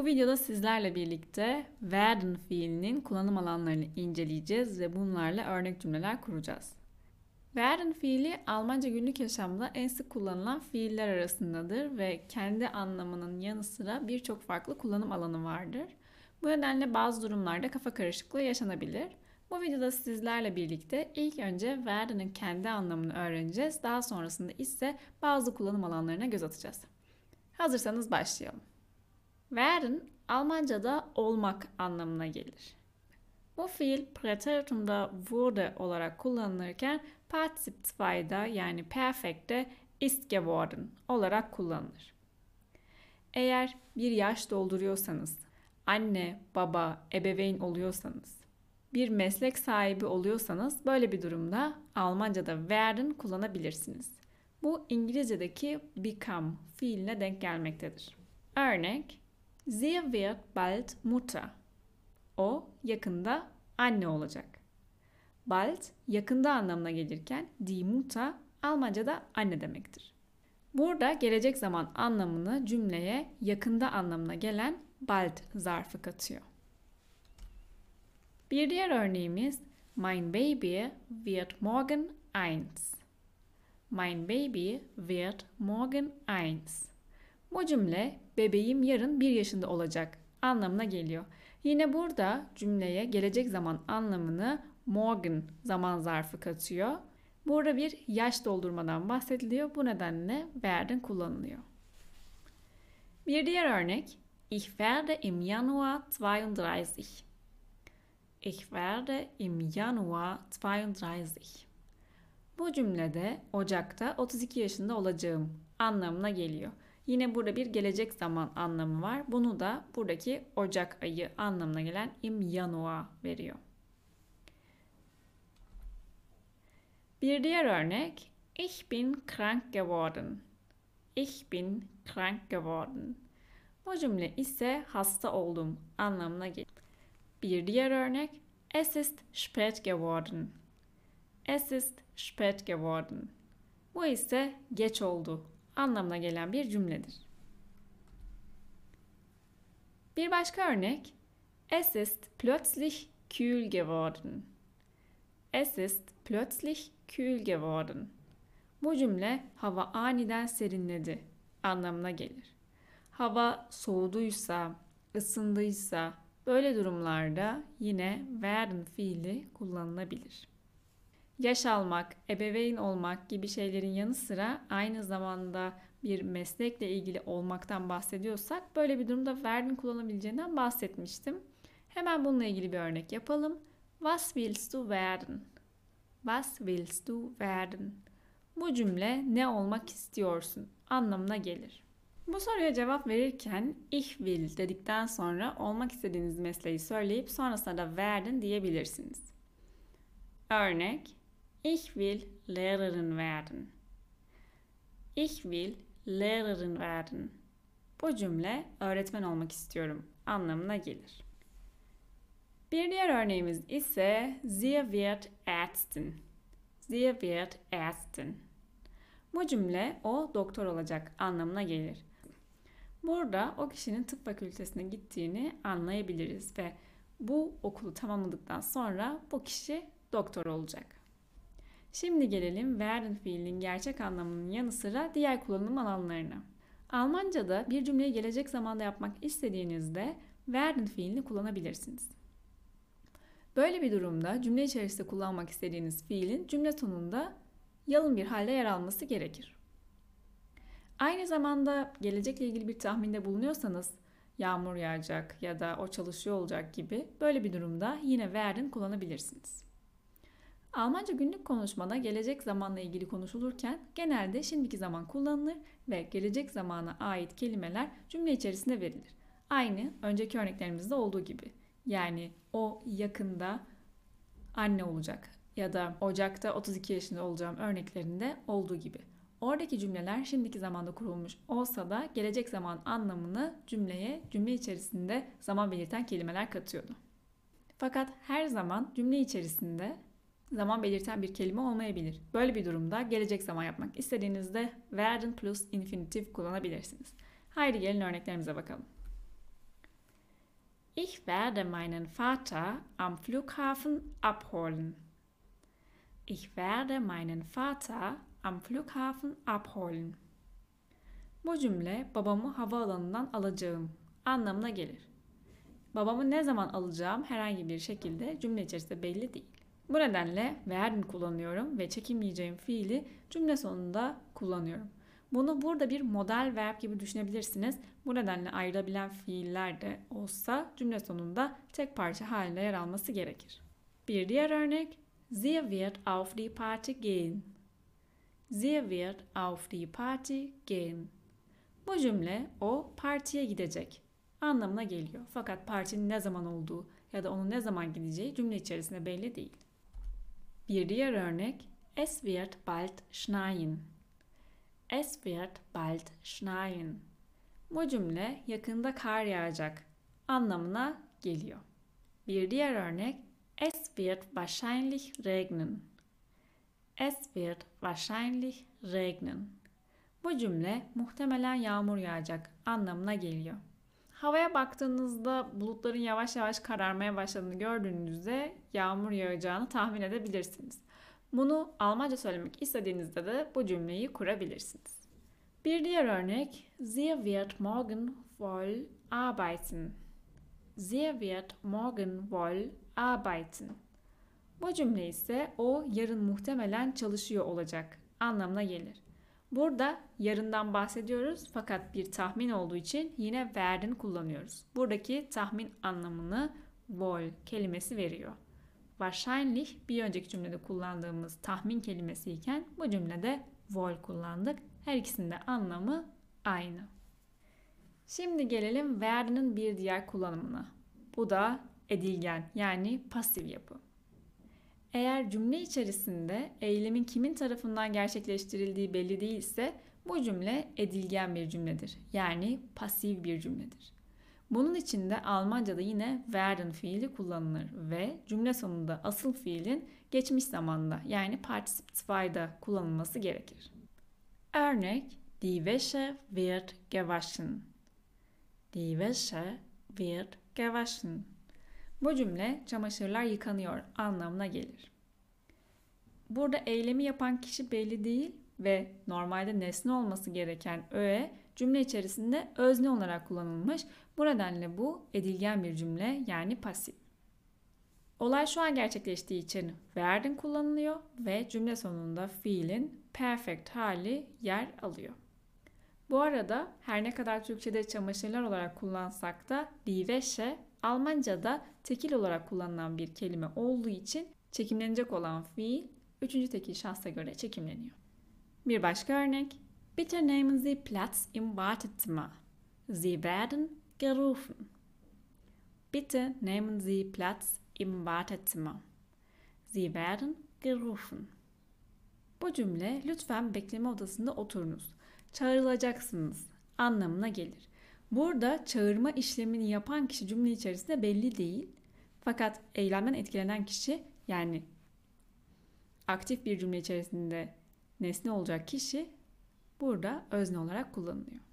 Bu videoda sizlerle birlikte werden fiilinin kullanım alanlarını inceleyeceğiz ve bunlarla örnek cümleler kuracağız. Werden fiili Almanca günlük yaşamda en sık kullanılan fiiller arasındadır ve kendi anlamının yanı sıra birçok farklı kullanım alanı vardır. Bu nedenle bazı durumlarda kafa karışıklığı yaşanabilir. Bu videoda sizlerle birlikte ilk önce werden'in kendi anlamını öğreneceğiz. Daha sonrasında ise bazı kullanım alanlarına göz atacağız. Hazırsanız başlayalım. Werden Almanca'da olmak anlamına gelir. Bu fiil Präteritum'da wurde olarak kullanılırken Partizip 2'da yani perfekte ist geworden olarak kullanılır. Eğer bir yaş dolduruyorsanız, anne, baba, ebeveyn oluyorsanız, bir meslek sahibi oluyorsanız böyle bir durumda Almanca'da werden kullanabilirsiniz. Bu İngilizce'deki become fiiline denk gelmektedir. Örnek: Sie wird bald Mutter. O yakında anne olacak. Bald yakında anlamına gelirken die Mutter Almanca'da anne demektir. Burada gelecek zaman anlamını cümleye yakında anlamına gelen bald zarfı katıyor. Bir diğer örneğimiz Mein Baby wird morgen 1. Mein Baby wird morgen 1. Bu cümle bebeğim yarın 1 yaşında olacak anlamına geliyor. Yine burada cümleye gelecek zaman anlamını morgen zaman zarfı katıyor. Burada bir yaş doldurmadan bahsediliyor. Bu nedenle werden kullanılıyor. Bir diğer örnek Ich werde im Januar 32. Ich werde im Januar 32. Bu cümlede Ocak'ta 32 yaşında olacağım anlamına geliyor. Yine burada bir gelecek zaman anlamı var. Bunu da buradaki Ocak ayı anlamına gelen im Januar veriyor. Bir diğer örnek Ich bin krank geworden. Ich bin krank geworden. Bu cümle ise hasta oldum anlamına geliyor. Bir diğer örnek Es ist spät geworden. Es ist spät geworden. Bu ise geç oldu anlamına gelen bir cümledir. Bir başka örnek Es ist plötzlich kühl geworden. Es ist plötzlich kühl geworden. Bu cümle hava aniden serinledi anlamına gelir. Hava soğuduysa, ısındıysa böyle durumlarda yine werden fiili kullanılabilir. Yaş almak, ebeveyn olmak gibi şeylerin yanı sıra aynı zamanda bir meslekle ilgili olmaktan bahsediyorsak böyle bir durumda werden kullanabileceğinden bahsetmiştim. Hemen bununla ilgili bir örnek yapalım. Was willst du werden? Was willst du werden? Bu cümle ne olmak istiyorsun anlamına gelir. Bu soruya cevap verirken ich will dedikten sonra olmak istediğiniz mesleği söyleyip sonrasında da werden diyebilirsiniz. Örnek Ich will Lehrerin werden. Ich will Lehrerin werden. Bu cümle öğretmen olmak istiyorum anlamına gelir. Bir diğer örneğimiz ise Sie wird Ärztin. Sie wird Ärztin. Bu cümle o doktor olacak anlamına gelir. Burada o kişinin tıp fakültesine gittiğini anlayabiliriz ve bu okulu tamamladıktan sonra bu kişi doktor olacak. Şimdi gelelim werden fiilinin gerçek anlamının yanı sıra diğer kullanım alanlarına. Almanca'da bir cümleyi gelecek zamanda yapmak istediğinizde werden fiilini kullanabilirsiniz. Böyle bir durumda cümle içerisinde kullanmak istediğiniz fiilin cümle sonunda yalın bir halde yer alması gerekir. Aynı zamanda gelecekle ilgili bir tahminde bulunuyorsanız yağmur yağacak ya da o çalışıyor olacak gibi böyle bir durumda yine werden kullanabilirsiniz. Almanca günlük konuşmada gelecek zamanla ilgili konuşulurken genelde şimdiki zaman kullanılır ve gelecek zamana ait kelimeler cümle içerisinde verilir. Aynı önceki örneklerimizde olduğu gibi. Yani o yakında anne olacak ya da Ocak'ta 32 yaşında olacağım örneklerinde olduğu gibi. Oradaki cümleler şimdiki zamanda kurulmuş olsa da gelecek zaman anlamını cümleye cümle içerisinde zaman belirten kelimeler katıyordu. Fakat her zaman cümle içerisinde zaman belirten bir kelime olmayabilir. Böyle bir durumda gelecek zaman yapmak istediğinizde werden plus infinitif kullanabilirsiniz. Haydi gelin örneklerimize bakalım. Ich werde meinen Vater am Flughafen abholen. Ich werde meinen Vater am Flughafen abholen. Bu cümle babamı havaalanından alacağım anlamına gelir. Babamı ne zaman alacağım herhangi bir şekilde cümle içerisinde belli değil. Bu nedenle werden kullanıyorum ve çekimleyeceğim fiili cümle sonunda kullanıyorum. Bunu burada bir modal verb gibi düşünebilirsiniz. Bu nedenle ayrılabilen fiiller de olsa cümle sonunda tek parça halinde yer alması gerekir. Bir diğer örnek, Sie wird auf die Party gehen. Sie wird auf die Party gehen. Bu cümle o partiye gidecek anlamına geliyor. Fakat partinin ne zaman olduğu ya da onun ne zaman gideceği cümle içerisinde belli değil. Bir diğer örnek, Es wird bald schneien. Es wird bald schneien. Bu cümle yakında kar yağacak anlamına geliyor. Bir diğer örnek, Es wird wahrscheinlich regnen. Es wird wahrscheinlich regnen. Bu cümle muhtemelen yağmur yağacak anlamına geliyor. Havaya baktığınızda bulutların yavaş yavaş kararmaya başladığını gördüğünüzde yağmur yağacağını tahmin edebilirsiniz. Bunu Almanca söylemek istediğinizde de bu cümleyi kurabilirsiniz. Bir diğer örnek, Sie wird morgen wohl arbeiten. Sie wird morgen wohl arbeiten. Bu cümle ise o yarın muhtemelen çalışıyor olacak anlamına gelir. Burada yarından bahsediyoruz fakat bir tahmin olduğu için yine werden kullanıyoruz. Buradaki tahmin anlamını wohl kelimesi veriyor. Wahrscheinlich bir önceki cümlede kullandığımız tahmin kelimesi iken bu cümlede wohl kullandık. Her ikisinin de anlamı aynı. Şimdi gelelim werden'in bir diğer kullanımına. Bu da edilgen yani pasif yapı. Eğer cümle içerisinde eylemin kimin tarafından gerçekleştirildiği belli değilse bu cümle edilgen bir cümledir. Yani pasif bir cümledir. Bunun için de Almanca'da yine werden fiili kullanılır ve cümle sonunda asıl fiilin geçmiş zamanda yani Partizip 2'da kullanılması gerekir. Örnek, Die Wäsche wird gewaschen. Die Wäsche wird gewaschen. Bu cümle çamaşırlar yıkanıyor anlamına gelir. Burada eylemi yapan kişi belli değil ve normalde nesne olması gereken öğe cümle içerisinde özne olarak kullanılmış. Bu nedenle bu edilgen bir cümle yani pasif. Olay şu an gerçekleştiği için werden kullanılıyor ve cümle sonunda fiilin perfect hali yer alıyor. Bu arada her ne kadar Türkçe'de çamaşırlar olarak kullansak da die Wäsche Almanca'da tekil olarak kullanılan bir kelime olduğu için çekimlenecek olan fiil üçüncü tekil şahsa göre çekimleniyor. Bir başka örnek. Bitte nehmen Sie Platz im Wartezimmer. Sie werden gerufen. Bitte nehmen Sie Platz im Wartezimmer. Sie werden gerufen. Bu cümle lütfen bekleme odasında oturunuz. Çağrılacaksınız anlamına gelir. Burada çağırma işlemini yapan kişi cümle içerisinde belli değil. Fakat eylemden etkilenen kişi yani aktif bir cümle içerisinde nesne olacak kişi burada özne olarak kullanılıyor.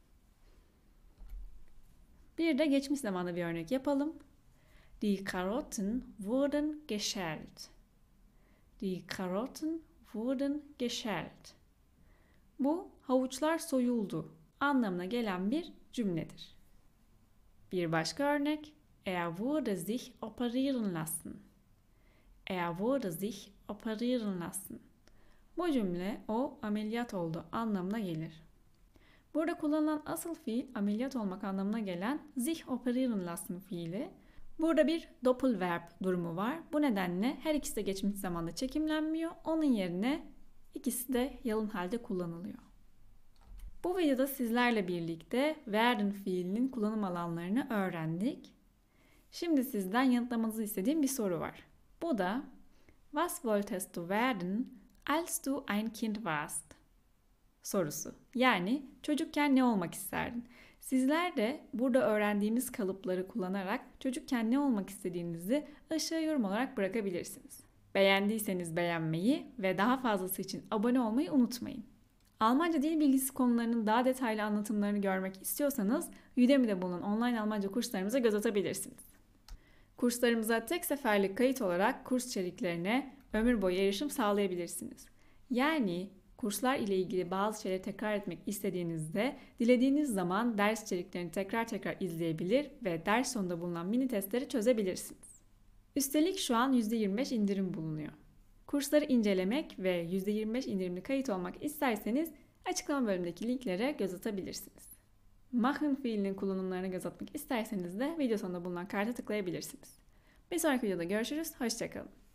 Bir de geçmiş zamanda bir örnek yapalım. Die Karotten wurden geschält. Die Karotten wurden geschält. Bu havuçlar soyuldu anlamına gelen bir cümledir. Bir başka örnek. Er wurde sich operieren lassen. Er wurde sich operieren lassen. Bu cümle o ameliyat oldu anlamına gelir. Burada kullanılan asıl fiil ameliyat olmak anlamına gelen sich operieren lassen fiili. Burada bir doppelverb durumu var. Bu nedenle her ikisi de geçmiş zamanda çekimlenmiyor. Onun yerine ikisi de yalın halde kullanılıyor. Bu videoda sizlerle birlikte werden fiilinin kullanım alanlarını öğrendik. Şimdi sizden yanıtlamanızı istediğim bir soru var. Bu da Was wolltest du werden, als du ein Kind warst? Sorusu. Yani çocukken ne olmak isterdin? Sizler de burada öğrendiğimiz kalıpları kullanarak çocukken ne olmak istediğinizi aşağı yorum olarak bırakabilirsiniz. Beğendiyseniz beğenmeyi ve daha fazlası için abone olmayı unutmayın. Almanca dil bilgisi konularının daha detaylı anlatımlarını görmek istiyorsanız Udemy'de bulunan online Almanca kurslarımıza göz atabilirsiniz. Kurslarımıza tek seferlik kayıt olarak kurs içeriklerine ömür boyu erişim sağlayabilirsiniz. Yani kurslar ile ilgili bazı şeyleri tekrar etmek istediğinizde dilediğiniz zaman ders içeriklerini tekrar izleyebilir ve ders sonunda bulunan mini testleri çözebilirsiniz. Üstelik şu an %25 indirim bulunuyor. Kursları incelemek ve %25 indirimli kayıt olmak isterseniz açıklama bölümündeki linklere göz atabilirsiniz. Machen fiilinin kullanımlarına göz atmak isterseniz de video sonunda bulunan karta tıklayabilirsiniz. Bir sonraki videoda görüşürüz, hoşça kalın.